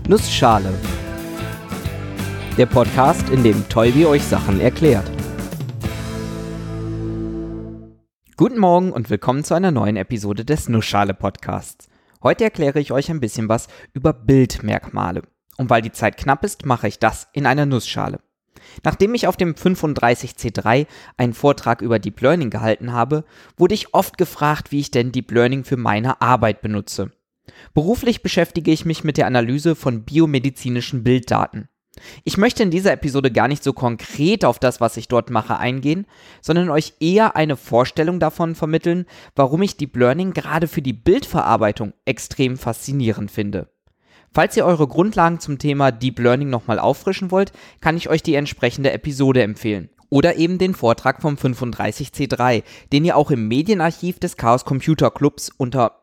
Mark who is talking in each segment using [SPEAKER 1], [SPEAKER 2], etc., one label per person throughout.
[SPEAKER 1] Nussschale. Der Podcast, in dem Tolbi euch Sachen erklärt. Guten Morgen und willkommen zu einer neuen Episode des Nussschale Podcasts. Heute erkläre ich euch ein bisschen was über Bildmerkmale. Und weil die Zeit knapp ist, mache ich das in einer Nussschale. Nachdem ich auf dem 35C3 einen Vortrag über Deep Learning gehalten habe, wurde ich oft gefragt, wie ich denn Deep Learning für meine Arbeit benutze. Beruflich beschäftige ich mich mit der Analyse von biomedizinischen Bilddaten. Ich möchte in dieser Episode gar nicht so konkret auf das, was ich dort mache, eingehen, sondern euch eher eine Vorstellung davon vermitteln, warum ich Deep Learning gerade für die Bildverarbeitung extrem faszinierend finde. Falls ihr eure Grundlagen zum Thema Deep Learning nochmal auffrischen wollt, kann ich euch die entsprechende Episode empfehlen. Oder eben den Vortrag vom 35C3, den ihr auch im Medienarchiv des Chaos Computer Clubs unter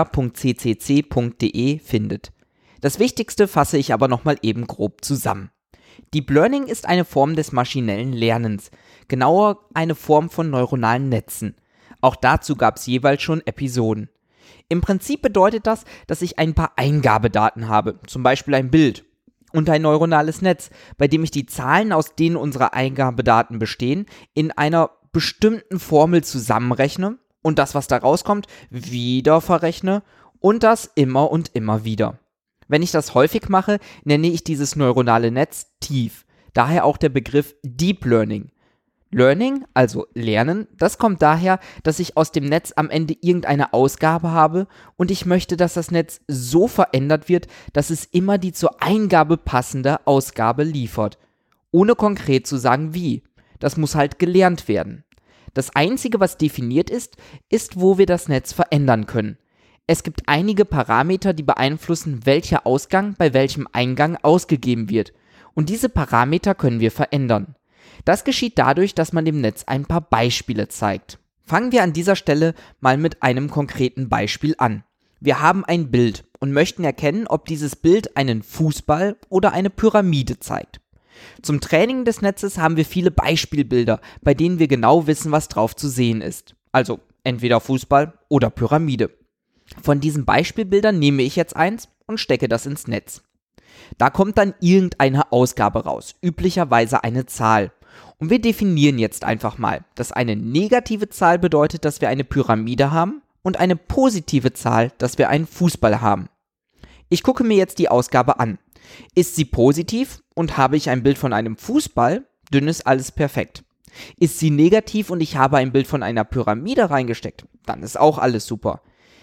[SPEAKER 1] media.ccc.de findet. Das Wichtigste fasse ich aber nochmal eben grob zusammen. Deep Learning ist eine Form des maschinellen Lernens, genauer eine Form von neuronalen Netzen. Auch dazu gab es jeweils schon Episoden. Im Prinzip bedeutet das, dass ich ein paar Eingabedaten habe, zum Beispiel ein Bild, und ein neuronales Netz, bei dem ich die Zahlen, aus denen unsere Eingabedaten bestehen, in einer bestimmten Formel zusammenrechne und das, was da rauskommt, wieder verrechne und das immer und immer wieder. Wenn ich das häufig mache, nenne ich dieses neuronale Netz tief, daher auch der Begriff Deep Learning. Learning, also Lernen, das kommt daher, dass ich aus dem Netz am Ende irgendeine Ausgabe habe und ich möchte, dass das Netz so verändert wird, dass es immer die zur Eingabe passende Ausgabe liefert. Ohne konkret zu sagen wie. Das muss halt gelernt werden. Das Einzige, was definiert ist, wo wir das Netz verändern können. Es gibt einige Parameter, die beeinflussen, welcher Ausgang bei welchem Eingang ausgegeben wird. Und diese Parameter können wir verändern. Das geschieht dadurch, dass man dem Netz ein paar Beispiele zeigt. Fangen wir an dieser Stelle mal mit einem konkreten Beispiel an. Wir haben ein Bild und möchten erkennen, ob dieses Bild einen Fußball oder eine Pyramide zeigt. Zum Training des Netzes haben wir viele Beispielbilder, bei denen wir genau wissen, was drauf zu sehen ist. Also entweder Fußball oder Pyramide. Von diesen Beispielbildern nehme ich jetzt eins und stecke das ins Netz. Da kommt dann irgendeine Ausgabe raus, üblicherweise eine Zahl. Und wir definieren jetzt einfach mal, dass eine negative Zahl bedeutet, dass wir eine Pyramide haben und eine positive Zahl, dass wir einen Fußball haben. Ich gucke mir jetzt die Ausgabe an. Ist sie positiv und habe ich ein Bild von einem Fußball, dann ist alles perfekt. Ist sie negativ und ich habe ein Bild von einer Pyramide reingesteckt, dann ist auch alles super.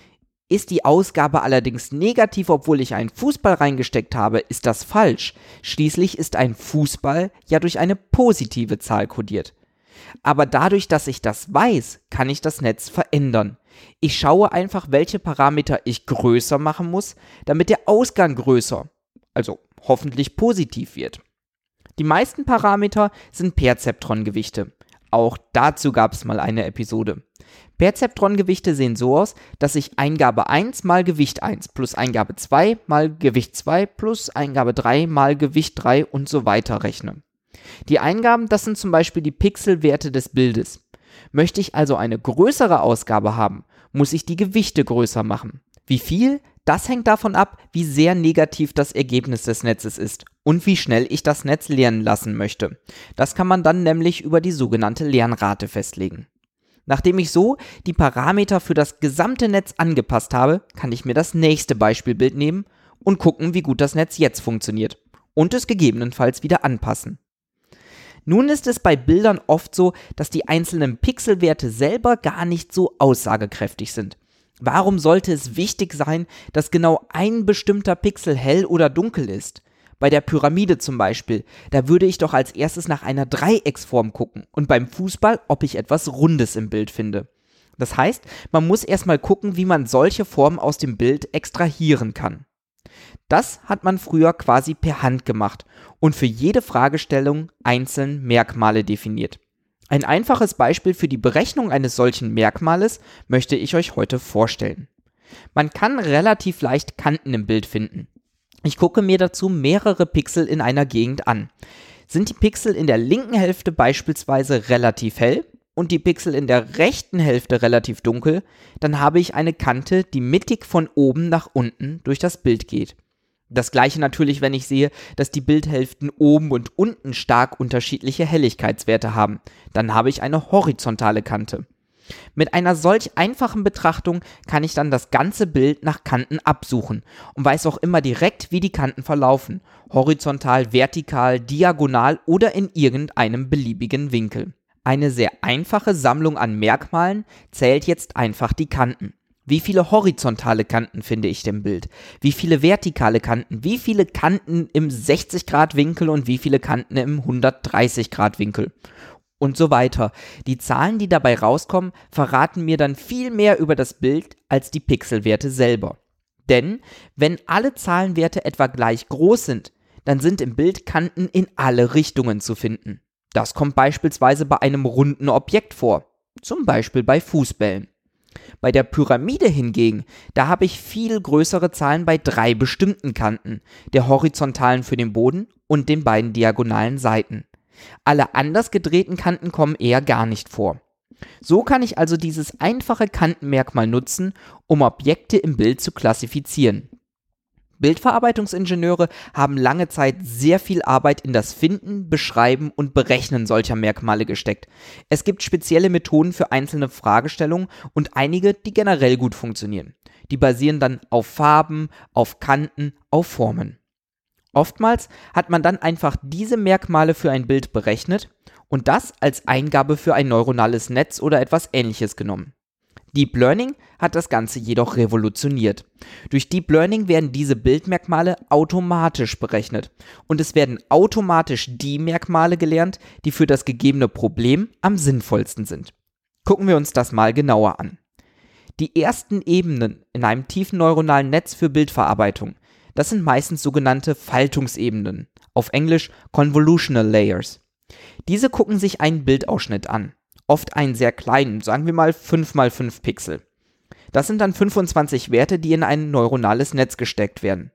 [SPEAKER 1] Ist die Ausgabe allerdings negativ, obwohl ich einen Fußball reingesteckt habe, ist das falsch. Schließlich ist ein Fußball ja durch eine positive Zahl kodiert. Aber dadurch, dass ich das weiß, kann ich das Netz verändern. Ich schaue einfach, welche Parameter ich größer machen muss, damit der Ausgang größer, also hoffentlich positiv wird. Die meisten Parameter sind Perzeptron-Gewichte. Auch dazu gab es mal eine Episode. Perzeptron-Gewichte sehen so aus, dass ich Eingabe 1 mal Gewicht 1 plus Eingabe 2 mal Gewicht 2 plus Eingabe 3 mal Gewicht 3 und so weiter rechne. Die Eingaben, das sind zum Beispiel die Pixelwerte des Bildes. Möchte ich also eine größere Ausgabe haben, muss ich die Gewichte größer machen. Wie viel? Das hängt davon ab, wie sehr negativ das Ergebnis des Netzes ist und wie schnell ich das Netz lernen lassen möchte. Das kann man dann nämlich über die sogenannte Lernrate festlegen. Nachdem ich so die Parameter für das gesamte Netz angepasst habe, kann ich mir das nächste Beispielbild nehmen und gucken, wie gut das Netz jetzt funktioniert und es gegebenenfalls wieder anpassen. Nun ist es bei Bildern oft so, dass die einzelnen Pixelwerte selber gar nicht so aussagekräftig sind. Warum sollte es wichtig sein, dass genau ein bestimmter Pixel hell oder dunkel ist? Bei der Pyramide zum Beispiel, da würde ich doch als erstes nach einer Dreiecksform gucken und beim Fußball, ob ich etwas Rundes im Bild finde. Das heißt, man muss erstmal gucken, wie man solche Formen aus dem Bild extrahieren kann. Das hat man früher quasi per Hand gemacht und für jede Fragestellung einzeln Merkmale definiert. Ein einfaches Beispiel für die Berechnung eines solchen Merkmales möchte ich euch heute vorstellen. Man kann relativ leicht Kanten im Bild finden. Ich gucke mir dazu mehrere Pixel in einer Gegend an. Sind die Pixel in der linken Hälfte beispielsweise relativ hell und die Pixel in der rechten Hälfte relativ dunkel, dann habe ich eine Kante, die mittig von oben nach unten durch das Bild geht. Das gleiche natürlich, wenn ich sehe, dass die Bildhälften oben und unten stark unterschiedliche Helligkeitswerte haben. Dann habe ich eine horizontale Kante. Mit einer solch einfachen Betrachtung kann ich dann das ganze Bild nach Kanten absuchen und weiß auch immer direkt, wie die Kanten verlaufen. Horizontal, vertikal, diagonal oder in irgendeinem beliebigen Winkel. Eine sehr einfache Sammlung an Merkmalen zählt jetzt einfach die Kanten. Wie viele horizontale Kanten finde ich im Bild? Wie viele vertikale Kanten? Wie viele Kanten im 60-Grad-Winkel und wie viele Kanten im 130-Grad-Winkel? Und so weiter. Die Zahlen, die dabei rauskommen, verraten mir dann viel mehr über das Bild als die Pixelwerte selber. Denn wenn alle Zahlenwerte etwa gleich groß sind, dann sind im Bild Kanten in alle Richtungen zu finden. Das kommt beispielsweise bei einem runden Objekt vor, zum Beispiel bei Fußbällen. Bei der Pyramide hingegen, da habe ich viel größere Zahlen bei 3 bestimmten Kanten, der horizontalen für den Boden und den beiden diagonalen Seiten. Alle anders gedrehten Kanten kommen eher gar nicht vor. So kann ich also dieses einfache Kantenmerkmal nutzen, um Objekte im Bild zu klassifizieren. Bildverarbeitungsingenieure haben lange Zeit sehr viel Arbeit in das Finden, Beschreiben und Berechnen solcher Merkmale gesteckt. Es gibt spezielle Methoden für einzelne Fragestellungen und einige, die generell gut funktionieren. Die basieren dann auf Farben, auf Kanten, auf Formen. Oftmals hat man dann einfach diese Merkmale für ein Bild berechnet und das als Eingabe für ein neuronales Netz oder etwas Ähnliches genommen. Deep Learning hat das Ganze jedoch revolutioniert. Durch Deep Learning werden diese Bildmerkmale automatisch berechnet und es werden automatisch die Merkmale gelernt, die für das gegebene Problem am sinnvollsten sind. Gucken wir uns das mal genauer an. Die ersten Ebenen in einem tiefen neuronalen Netz für Bildverarbeitung, das sind meistens sogenannte Faltungsebenen, auf Englisch Convolutional Layers. Diese gucken sich einen Bildausschnitt an. Oft einen sehr kleinen, sagen wir mal 5x5 Pixel. Das sind dann 25 Werte, die in ein neuronales Netz gesteckt werden.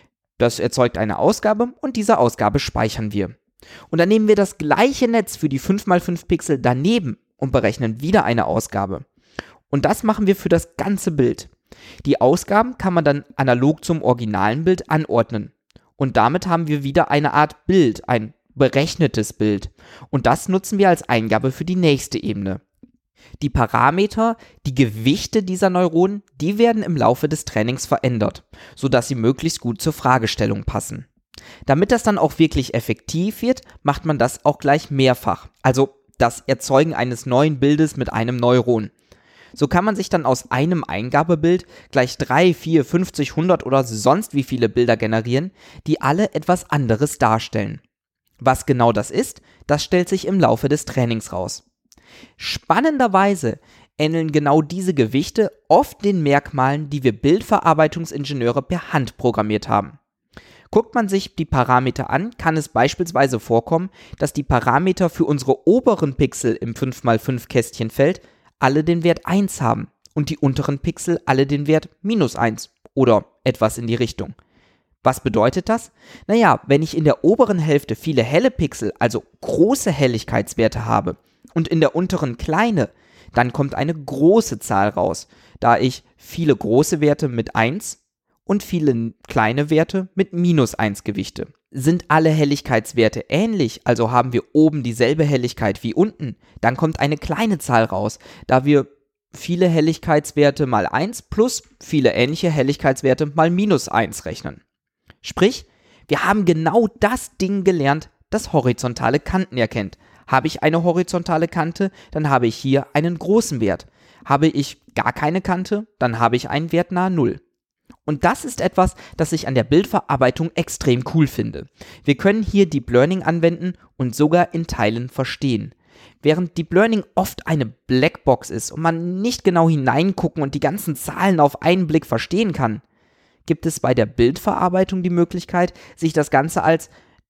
[SPEAKER 1] Das erzeugt eine Ausgabe und diese Ausgabe speichern wir. Und dann nehmen wir das gleiche Netz für die 5x5 Pixel daneben und berechnen wieder eine Ausgabe. Und das machen wir für das ganze Bild. Die Ausgaben kann man dann analog zum originalen Bild anordnen. Und damit haben wir wieder eine Art Bild, ein berechnetes Bild. Und das nutzen wir als Eingabe für die nächste Ebene. Die Parameter, die Gewichte dieser Neuronen, die werden im Laufe des Trainings verändert, sodass sie möglichst gut zur Fragestellung passen. Damit das dann auch wirklich effektiv wird, macht man das auch gleich mehrfach, also das Erzeugen eines neuen Bildes mit einem Neuron. So kann man sich dann aus einem Eingabebild gleich 3, 4, 50, 100 oder sonst wie viele Bilder generieren, die alle etwas anderes darstellen. Was genau das ist, das stellt sich im Laufe des Trainings raus. Spannenderweise ähneln genau diese Gewichte oft den Merkmalen, die wir Bildverarbeitungsingenieure per Hand programmiert haben. Guckt man sich die Parameter an, kann es beispielsweise vorkommen, dass die Parameter für unsere oberen Pixel im 5x5 Kästchenfeld alle den Wert 1 haben und die unteren Pixel alle den Wert -1 oder etwas in die Richtung. Was bedeutet das? Naja, wenn ich in der oberen Hälfte viele helle Pixel, also große Helligkeitswerte habe und in der unteren kleine, dann kommt eine große Zahl raus, da ich viele große Werte mit 1 und viele kleine Werte mit -1 gewichte. Sind alle Helligkeitswerte ähnlich, also haben wir oben dieselbe Helligkeit wie unten, dann kommt eine kleine Zahl raus, da wir viele Helligkeitswerte mal 1 plus viele ähnliche Helligkeitswerte mal -1 rechnen. Sprich, wir haben genau das Ding gelernt, das horizontale Kanten erkennt. Habe ich eine horizontale Kante, dann habe ich hier einen großen Wert. Habe ich gar keine Kante, dann habe ich einen Wert nahe 0. Und das ist etwas, das ich an der Bildverarbeitung extrem cool finde. Wir können hier Deep Learning anwenden und sogar in Teilen verstehen. Während Deep Learning oft eine Blackbox ist und man nicht genau hineingucken und die ganzen Zahlen auf einen Blick verstehen kann, gibt es bei der Bildverarbeitung die Möglichkeit, sich das Ganze als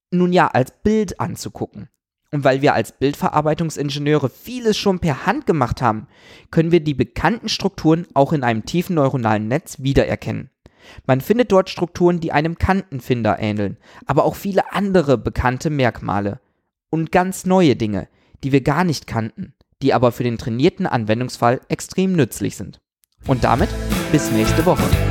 [SPEAKER 1] Bild anzugucken. Und weil wir als Bildverarbeitungsingenieure vieles schon per Hand gemacht haben, können wir die bekannten Strukturen auch in einem tiefen neuronalen Netz wiedererkennen. Man findet dort Strukturen, die einem Kantenfinder ähneln, aber auch viele andere bekannte Merkmale. Und ganz neue Dinge, die wir gar nicht kannten, die aber für den trainierten Anwendungsfall extrem nützlich sind. Und damit bis nächste Woche.